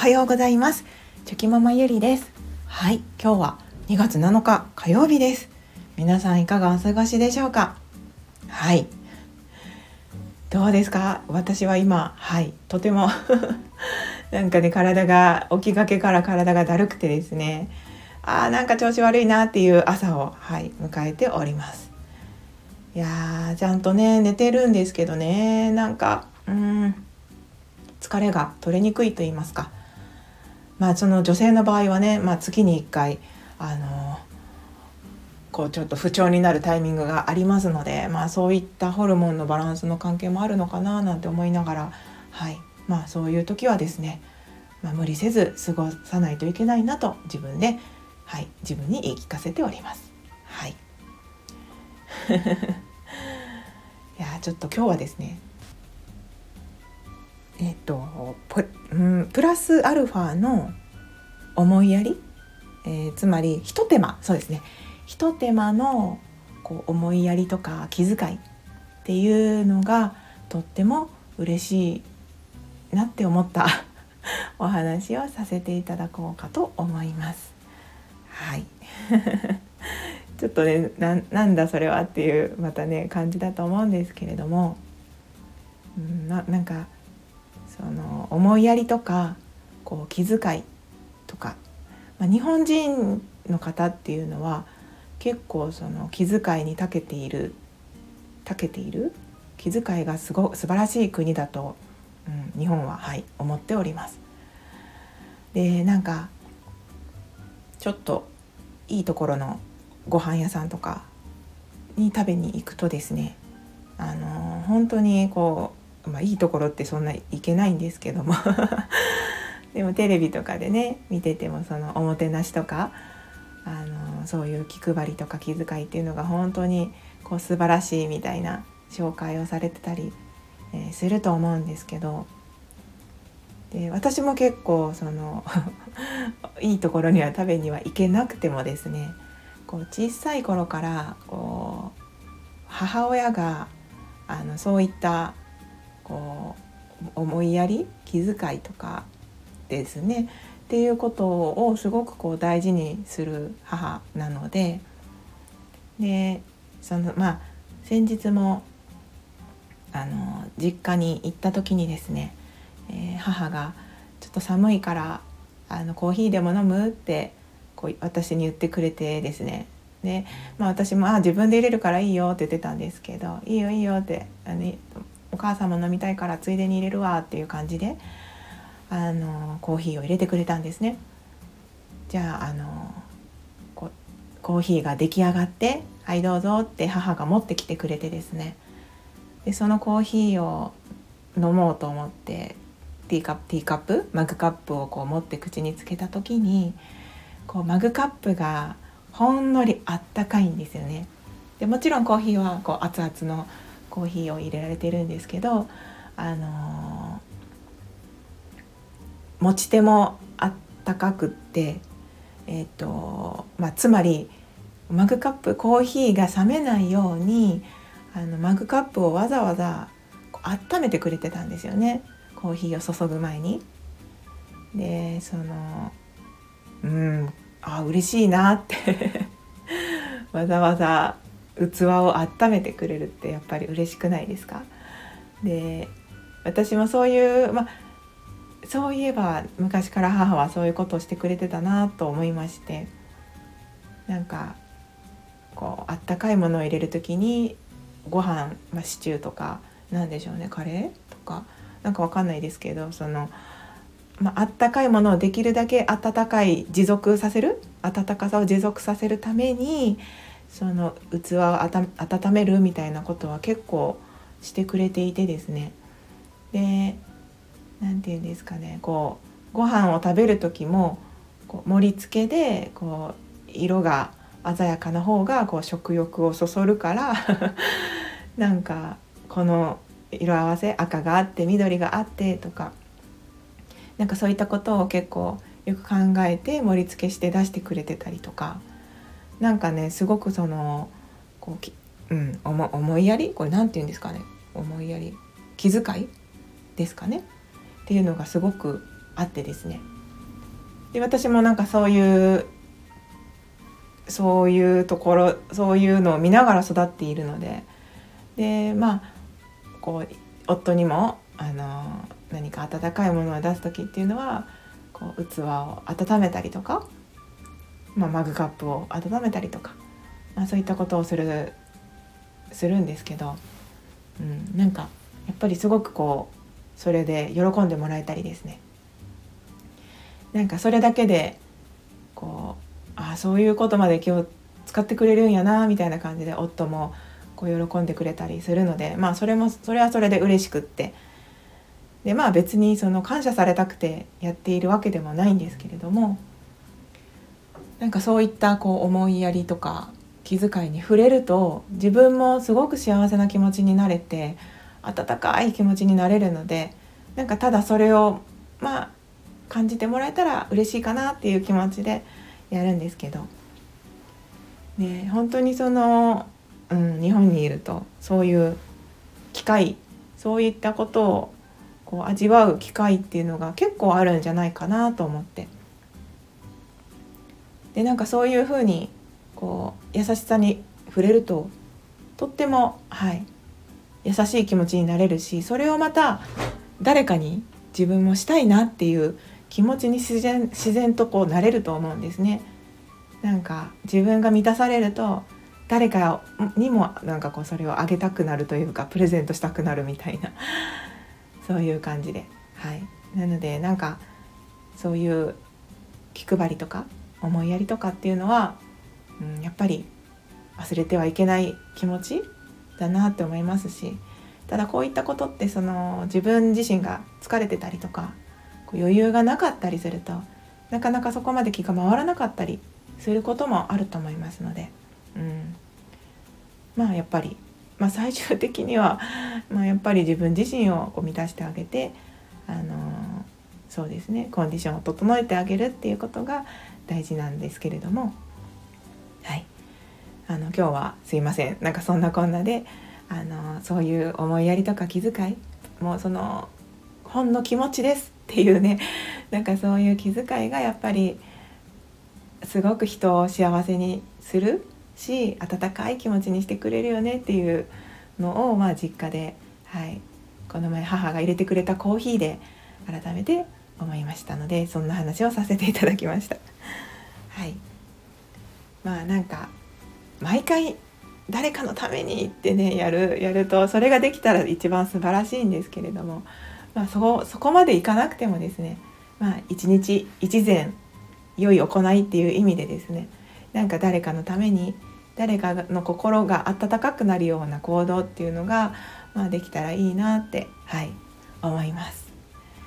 はようございます。チョキママゆりです。はい、今日は2月7日火曜日です。皆さんいかがお過ごしでしょうか。はい、どうですか。私は今とてもなんかね、体が起きがけから体がだるくてですね、なんか調子悪いなっていう朝を迎えております。いやちゃんとね寝てるんですけどね、なんか疲れが取れにくいと言いますか、その女性の場合はね、月に1回ちょっと不調になるタイミングがありますので、そういったホルモンのバランスの関係もあるのかななんて思いながら、そういう時はですね、無理せず過ごさないといけないなと自分で、自分に言い聞かせております。いやちょっと今日はですね、プラスアルファの思いやり、つまり一手間、そうですね、一手間の思いやりとか気遣いっていうのがとっても嬉しいなって思ったお話をさせていただこうかと思います。ちょっとね、なんだそれはっていうまたね感じだと思うんですけれども、なんかその思いやりとか気遣いとか、日本人の方っていうのは結構その気遣いに長けている気遣いが素晴らしい国だと、日本は思っております。で、なんかちょっといいところのご飯屋さんとかに食べに行くとですね、本当にいいところってそんな行けないんですけどもでもテレビとかでね見てても、そのおもてなしとかそういう気配りとか気遣いっていうのが本当に素晴らしいみたいな紹介をされてたり、すると思うんですけど、で私も結構そのいいところには食べには行けなくてもですね、小さい頃から母親がそういった思いやり気遣いとかですねっていうことをすごく大事にする母なので、その先日も実家に行った時にですね、母がちょっと寒いからコーヒーでも飲むって私に言ってくれてですね、で、私も自分で入れるからいいよって言ってたんですけど、いいよいいよってお母さんも飲みたいからついでに入れるわっていう感じでコーヒーを入れてくれたんですね。じゃあコーヒーが出来上がってはいどうぞって母が持ってきてくれてですね、でそのコーヒーを飲もうと思ってティーカップマグカップを持って口につけた時にマグカップがほんのりあったかいんですよね。でもちろんコーヒーは熱々のコーヒーを入れられてるんですけど、持ち手もあったかくって、つまりマグカップコーヒーが冷めないようにマグカップをわざわざ温めてくれてたんですよね、コーヒーを注ぐ前に。で嬉しいなってわざわざ器を温めてくれるってやっぱり嬉しくないですか。で私もそういう、そういえば昔から母はそういうことをしてくれてたなと思いまして、なんかあったかいものを入れるときにご飯、シチューとかなんでしょうね、カレーとかなんかわかんないですけど、あったかいものをできるだけ温かさを持続させるためにその器を温めるみたいなことは結構してくれていてですね、でなんていうんですかね、ご飯を食べる時も盛り付けで色が鮮やかな方が食欲をそそるからなんかこの色合わせ、赤があって緑があってとか、なんかそういったことを結構よく考えて盛り付けして出してくれてたりとか、なんかねすごくその思いやり、これなんていうんですかね、思いやり気遣いですかねっていうのがすごくあってですね、 で私もなんかそういうところ、そういうのを見ながら育っているので、でこう夫にも何か温かいものを出す時っていうのはこう器を温めたりとか、マグカップを温めたりとか、そういったことをするんですけど、なんかやっぱりすごくこうそれで喜んでもらえたりですね、なんかそれだけでこうそういうことまで気を使ってくれるんやなみたいな感じで夫もこう喜んでくれたりするので、それはそれで嬉しくって、で別にその感謝されたくてやっているわけでもないんですけれども、なんかそういったこう思いやりとか気遣いに触れると自分もすごく幸せな気持ちになれて、温かい気持ちになれるので、なんかただそれを感じてもらえたら嬉しいかなっていう気持ちでやるんですけど、本当にその、日本にいるとそういう機会、そういったことをこう味わう機会っていうのが結構あるんじゃないかなと思って、でなんかそういうふうにこう優しさに触れるととっても、優しい気持ちになれるし、それをまた誰かに自分もしたいなっていう気持ちに自然とこうなれると思うんですね。なんか自分が満たされると誰かにもなんかこうそれをあげたくなるというか、プレゼントしたくなるみたいなそういう感じで、なのでなんかそういう気配りとか思いやりとかっていうのは、やっぱり忘れてはいけない気持ちだなって思いますし、ただこういったことってその自分自身が疲れてたりとかこう余裕がなかったりすると、なかなかそこまで気が回らなかったりすることもあると思いますので、やっぱり、最終的には、やっぱり自分自身をこう満たしてあげて、そうですね、コンディションを整えてあげるっていうことが大事なんですけれども、今日はすいません、なんかそんなこんなでそういう思いやりとか気遣い、もうそのほんの気持ちですっていうね、なんかそういう気遣いがやっぱりすごく人を幸せにするし、温かい気持ちにしてくれるよねっていうのを、実家で、この前母が入れてくれたコーヒーで改めて思いましたので、そんな話をさせていただきました。なんか毎回誰かのためにってねやると、それができたら一番素晴らしいんですけれども、そこまでいかなくてもですね、一日一善良い行いっていう意味でですね、なんか誰かのために誰かの心が温かくなるような行動っていうのが、できたらいいなって、思います。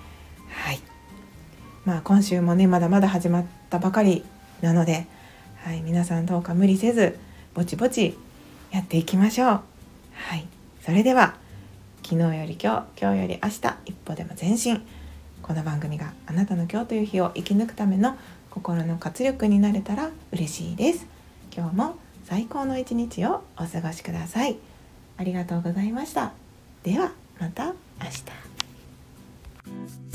今週もねまだまだ始まったばかりなので、皆さんどうか無理せずぼちぼちやっていきましょう。それでは昨日より今日、今日より明日、一歩でも前進。この番組があなたの今日という日を生き抜くための心の活力になれたら嬉しいです。今日も最高の一日をお過ごしください。ありがとうございました。ではまた明日。